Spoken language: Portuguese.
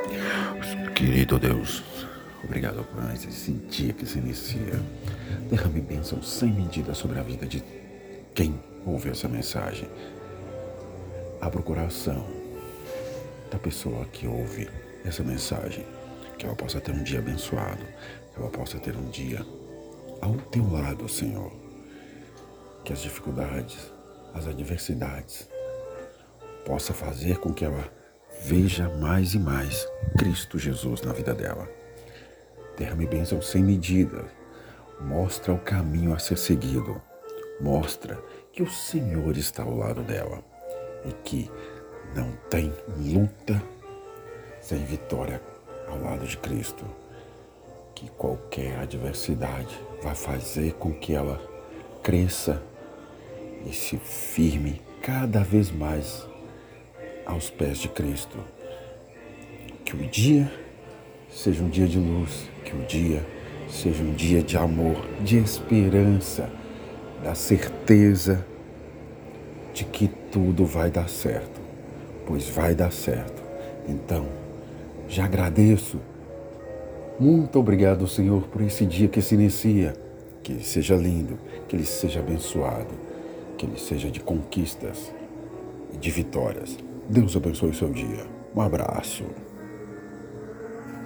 Querido Deus, obrigado por mais esse dia que se inicia. Derrame bênção sem medida sobre a vida de quem ouve essa mensagem. Abra o coração da pessoa que ouve essa mensagem, que ela possa ter um dia abençoado, que ela possa ter um dia ao teu lado, Senhor. Que as dificuldades, as adversidades, possa fazer com que ela veja mais e mais Cristo Jesus na vida dela. Derrame bênção sem medida. Mostra o caminho a ser seguido. Mostra que o Senhor está ao lado dela e que não tem luta sem vitória ao lado de Cristo. Que qualquer adversidade vai fazer com que ela cresça e se firme cada vez mais aos pés de Cristo. Que o dia seja um dia de luz, que o dia seja um dia de amor, de esperança, da certeza de que tudo vai dar certo, pois vai dar certo. Então, já agradeço. Muito obrigado, Senhor, por esse dia que se inicia. Que ele seja lindo, que ele seja abençoado, que ele seja de conquistas e de vitórias. Deus abençoe o seu dia. Um abraço.